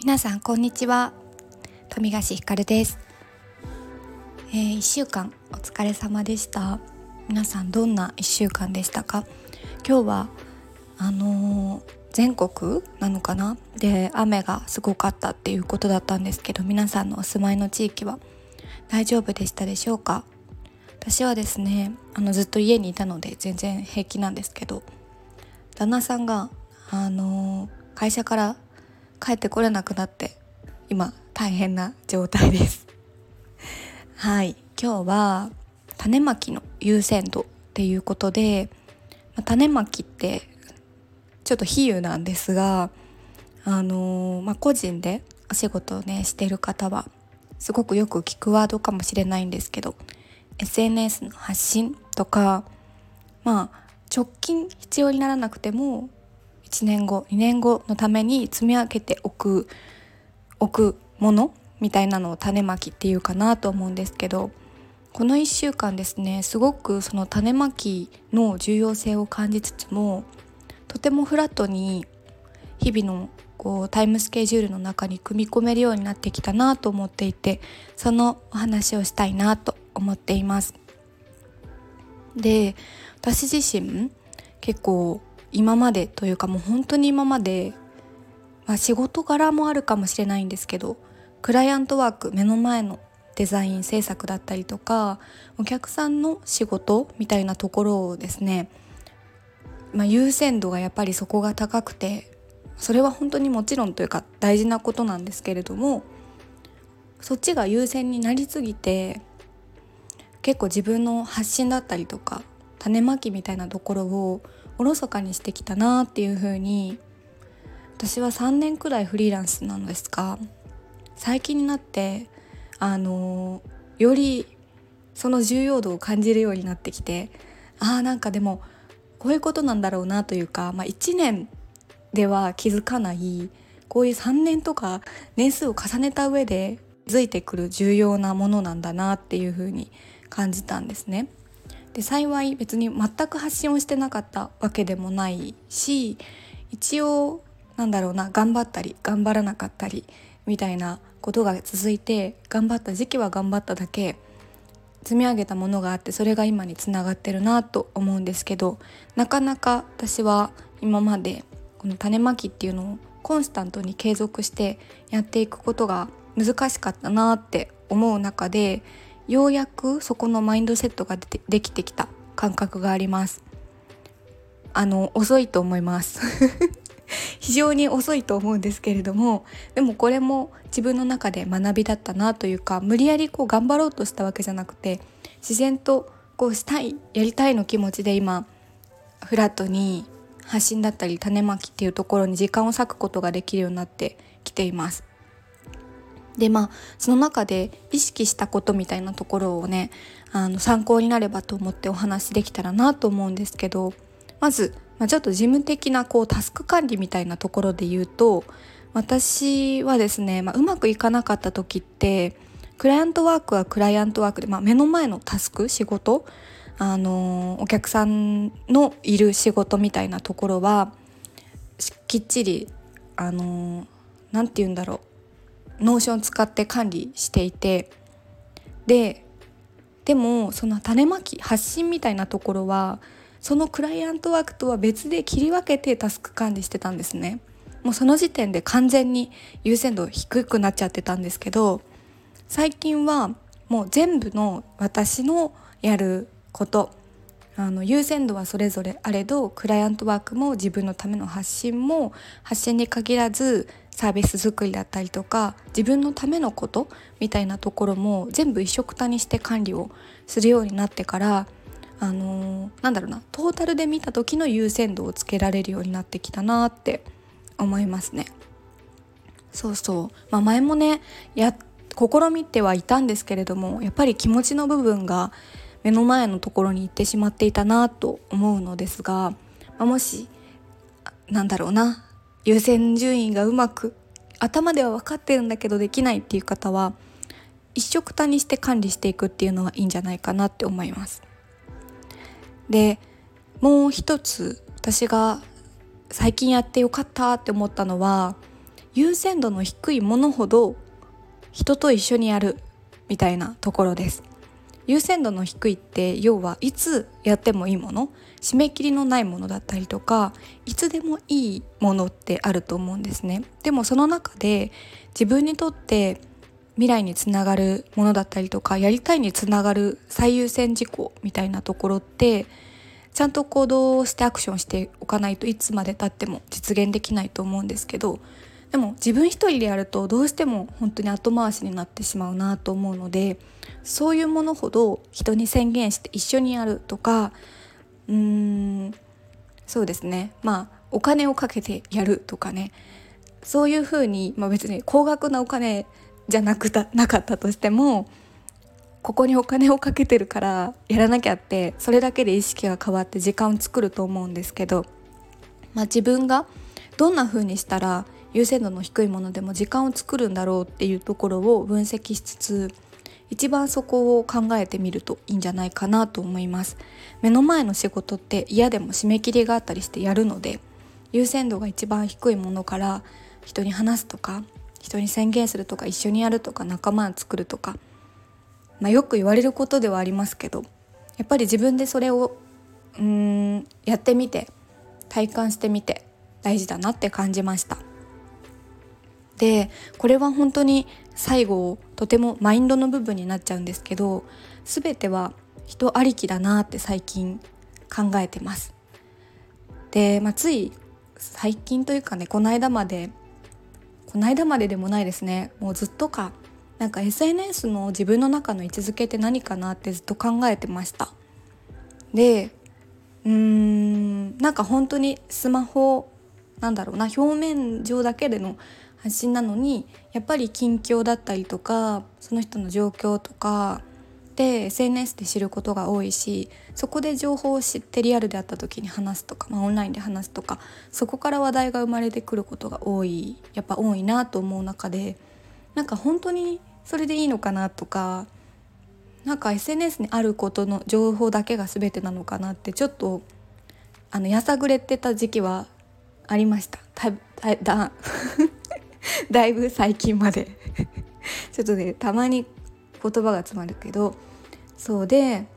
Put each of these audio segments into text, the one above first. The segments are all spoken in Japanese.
皆さんこんにちは。富樫ひかるです。1週間お疲れ様でした。皆さんどんな1週間でしたか？今日は全国なのかなで雨がすごかったっていうことだったんですけど、皆さんのお住まいの地域は大丈夫でしたでしょうか？私はですねずっと家にいたので全然平気なんですけど、旦那さんが会社から帰ってこれなくなって今大変な状態ですはい、今日は種まきの優先度っていうことで、種まきってちょっと比喩なんですが、個人でお仕事をねしている方はすごくよく聞くワードかもしれないんですけど、 SNS の発信とか、直近必要にならなくても1年後2年後のために積み上げておくものみたいなのを種まきっていうかなと思うんですけど、この1週間ですね、すごくその種まきの重要性を感じつつも、とてもフラットに日々のタイムスケジュールの中に組み込めるようになってきたなと思っていて、そのお話をしたいなと思っています。で、私自身結構今までというかもう本当に今まで、仕事柄もあるかもしれないんですけど、クライアントワーク、目の前のデザイン制作だったりとかお客さんの仕事みたいなところをですね、優先度がやっぱりそこが高くて、それは本当にもちろんというか大事なことなんですけれども、そっちが優先になりすぎて結構自分の発信だったりとか種まきみたいなところをおろそかにしてきたなっていう風に、私は3年くらいフリーランスなのですが、最近になってよりその重要度を感じるようになってきて、なんかでもこういうことなんだろうなというか、1年では気づかないこういう3年とか年数を重ねた上で気づいてくる重要なものなんだなっていう風に感じたんですね。で、幸い別に全く発信をしてなかったわけでもないし、一応頑張ったり頑張らなかったりみたいなことが続いて、頑張った時期は頑張っただけ積み上げたものがあって、それが今につながってるなと思うんですけど、なかなか私は今までこの種まきっていうのをコンスタントに継続してやっていくことが難しかったなって思う中で、ようやくそこのマインドセットができてきた感覚があります。遅いと思います非常に遅いと思うんですけれども、でもこれも自分の中で学びだったなというか、無理やり頑張ろうとしたわけじゃなくて、自然としたいやりたいの気持ちで今フラットに発信だったり種まきっていうところに時間を割くことができるようになってきています。で、その中で意識したことみたいなところをね、参考になればと思ってお話できたらなと思うんですけど、まず、ちょっと事務的なタスク管理みたいなところで言うと、私はですね、うまくいかなかった時って、クライアントワークはクライアントワークで、目の前のタスク、仕事、お客さんのいる仕事みたいなところはきっちりなんて言うんだろう、ノーション使って管理していて、でもその種まき発信みたいなところはそのクライアントワークとは別で切り分けてタスク管理してたんですね。もうその時点で完全に優先度低くなっちゃってたんですけど、最近はもう全部の私のやること、優先度はそれぞれあれど、クライアントワークも自分のための発信も、発信に限らずサービス作りだったりとか自分のためのことみたいなところも全部一緒くたにして管理をするようになってから、トータルで見た時の優先度をつけられるようになってきたなって思いますね。そうそう、前もね試みてはいたんですけれども、やっぱり気持ちの部分が目の前のところに行ってしまっていたなと思うのですが、もし優先順位がうまく頭では分かってるんだけどできないっていう方は、一緒くたにして管理していくっていうのはいいんじゃないかなって思います。で、もう一つ私が最近やってよかったって思ったのは、 優先度の低いものほど人と一緒にやるみたいなところです。優先度の低いって要はいつやってもいいもの、締め切りのないものだったりとか、いつでもいいものってあると思うんですね。でもその中で自分にとって未来につながるものだったりとか、やりたいにつながる最優先事項みたいなところってちゃんと行動してアクションしておかないといつまで経っても実現できないと思うんですけど、でも自分一人でやるとどうしても本当に後回しになってしまうなと思うので、そういうものほど人に宣言して一緒にやるとか、そうですね、お金をかけてやるとかね、そういうふうに、別に高額なお金じゃなかったとしても、ここにお金をかけてるからやらなきゃって、それだけで意識が変わって時間を作ると思うんですけど、自分がどんな風にしたら優先度の低いものでも時間を作るんだろうっていうところを分析しつつ、一番そこを考えてみるといいんじゃないかなと思います。目の前の仕事って嫌でも締め切りがあったりしてやるので、優先度が一番低いものから人に話すとか、人に宣言するとか、一緒にやるとか、仲間を作るとか、よく言われることではありますけど、やっぱり自分でそれをやってみて、体感してみて大事だなって感じました。で、これは本当に最後とてもマインドの部分になっちゃうんですけど、全ては人ありきだなって最近考えてます。で、つい最近というかね、この間まででもないですね、もうずっとSNS の自分の中の位置づけって何かなってずっと考えてました。で、本当にスマホ表面上だけでの発信なのに、やっぱり近況だったりとか、その人の状況とかで SNS で知ることが多いし、そこで情報を知ってリアルであった時に話すとか、オンラインで話すとか、そこから話題が生まれてくることが多いなと思う中で、本当にそれでいいのかなとか、SNS にあることの情報だけが全てなのかなって、ちょっとやさぐれてた時期はありました。だいぶ最近までちょっとね、たまに言葉が詰まるけど、そう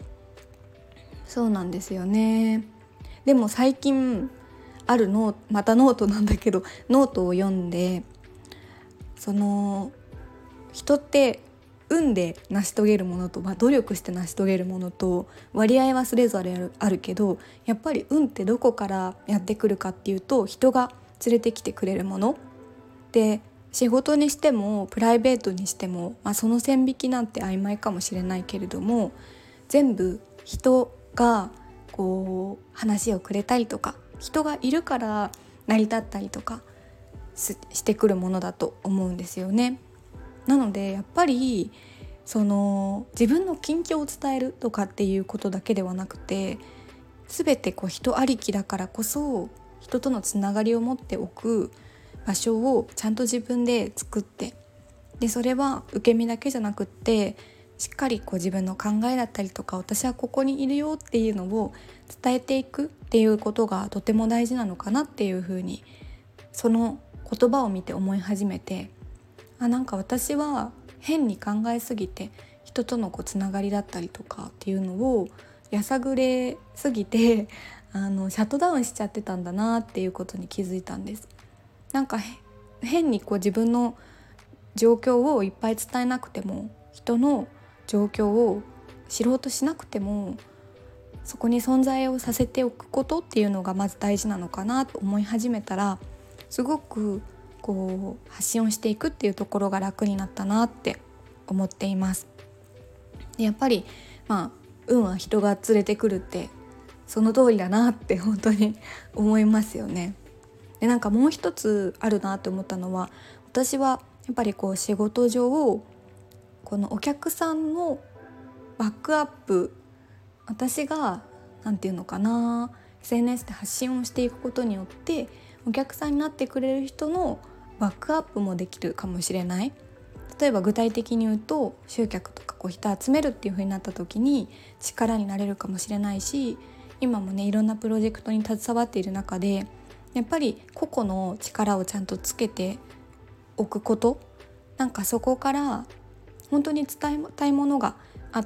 なんですよね。でも最近あるまたノートなんだけど、ノートを読んで、人って運で成し遂げるものと、努力して成し遂げるものと割合はそれぞれあるけど、やっぱり運ってどこからやってくるかっていうと、人が連れてきてくれるもので、仕事にしてもプライベートにしても、その線引きなんて曖昧かもしれないけれども、全部人が話をくれたりとか、人がいるから成り立ったりとかしてくるものだと思うんですよね。なのでやっぱり自分の近況を伝えるとかっていうことだけではなくて、全て人ありきだからこそ、人とのつながりを持っておく場所をちゃんと自分で作って、でそれは受け身だけじゃなくって、しっかり自分の考えだったりとか、私はここにいるよっていうのを伝えていくっていうことがとても大事なのかなっていうふうに、その言葉を見て思い始めて、私は変に考えすぎて、人とのつながりだったりとかっていうのをやさぐれすぎてシャットダウンしちゃってたんだなっていうことに気づいたんです。変に自分の状況をいっぱい伝えなくても、人の状況を知ろうとしなくても、そこに存在をさせておくことっていうのがまず大事なのかなと思い始めたら、すごく発信をしていくっていうところが楽になったなって思っています。でやっぱり運は人が連れてくるってその通りだなって本当に思いますよね。でもう一つあるなって思ったのは、私はやっぱり仕事上、このお客さんのバックアップ、私がSNS で発信をしていくことによってお客さんになってくれる人のバックアップもできるかもしれない。例えば具体的に言うと、集客とか人集めるっていう風になった時に力になれるかもしれないし、今もね、いろんなプロジェクトに携わっている中で、やっぱり個々の力をちゃんとつけて置くこと、なんかそこから本当に伝えたいものがあって、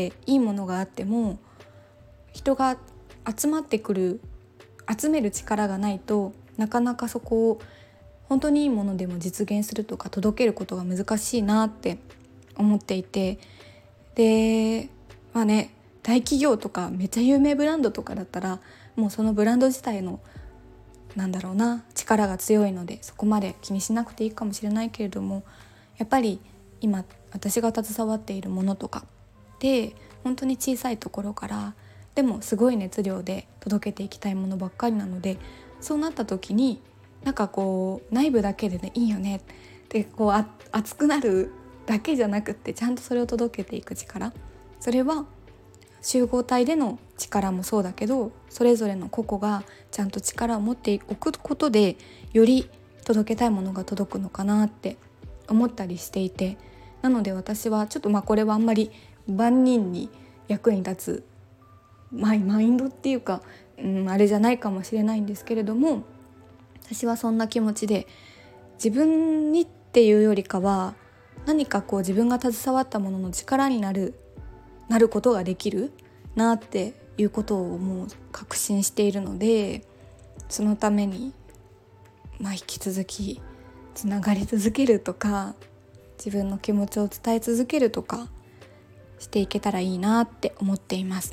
いいものがあっても人が集まってくる、集める力がないとなかなかそこを本当にいいものでも実現するとか届けることが難しいなって思っていて、で大企業とかめっちゃ有名ブランドとかだったらもうそのブランド自体の力が強いのでそこまで気にしなくていいかもしれないけれども、やっぱり今私が携わっているものとかで本当に小さいところからでもすごい熱量で届けていきたいものばっかりなので、そうなった時に内部だけでねいいよねって熱くなるだけじゃなくってちゃんとそれを届けていく力、それは集合体での力もそうだけどそれぞれの個々がちゃんと力を持っておくことでより届けたいものが届くのかなって思ったりしていて、なので私はちょっとこれはあんまり万人に役に立つマインドっていうか、あれじゃないかもしれないんですけれども、私はそんな気持ちで自分にっていうよりかは何か自分が携わったものの力になることができるなっていうことをもう確信しているので、そのために引き続きつながり続けるとか自分の気持ちを伝え続けるとかしていけたらいいなって思っています。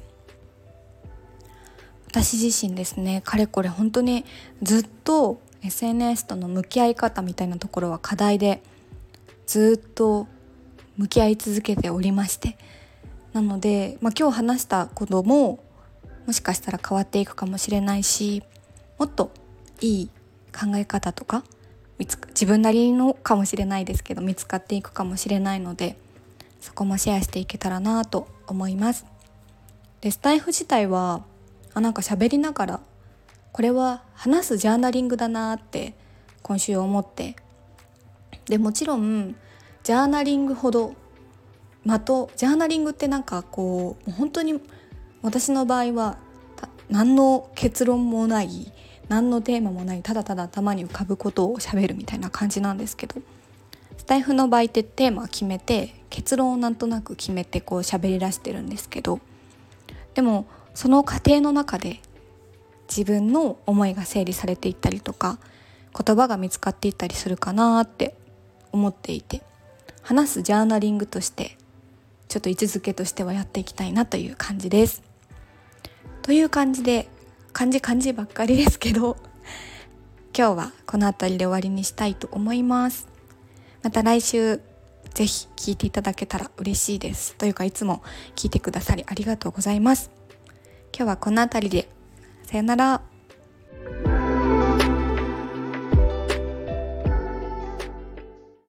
私自身ですね、かれこれ本当にずっと SNS との向き合い方みたいなところは課題でずっと向き合い続けておりまして、なので、今日話したことももしかしたら変わっていくかもしれないし、もっといい考え方とか自分なりのかもしれないですけど見つかっていくかもしれないので、そこもシェアしていけたらなと思います。でスタイフ自体は喋りながらこれは話すジャーナリングだなって今週思って、でもちろんジャーナリングほどジャーナリングって本当に私の場合は何の結論もない何のテーマもない、ただただ頭に浮かぶことを喋るみたいな感じなんですけど、スタイフの場合ってテーマを決めて結論をなんとなく決めて喋り出してるんですけど、でもその過程の中で自分の思いが整理されていったりとか言葉が見つかっていったりするかなって思っていて、話すジャーナリングとしてちょっと位置づけとしてはやっていきたいなという感じです。という感じで漢字ばっかりですけど今日はこの辺りで終わりにしたいと思います。また来週ぜひ聞いていただけたら嬉しいです。というかいつも聞いてくださりありがとうございます。今日はこの辺りでさよなら。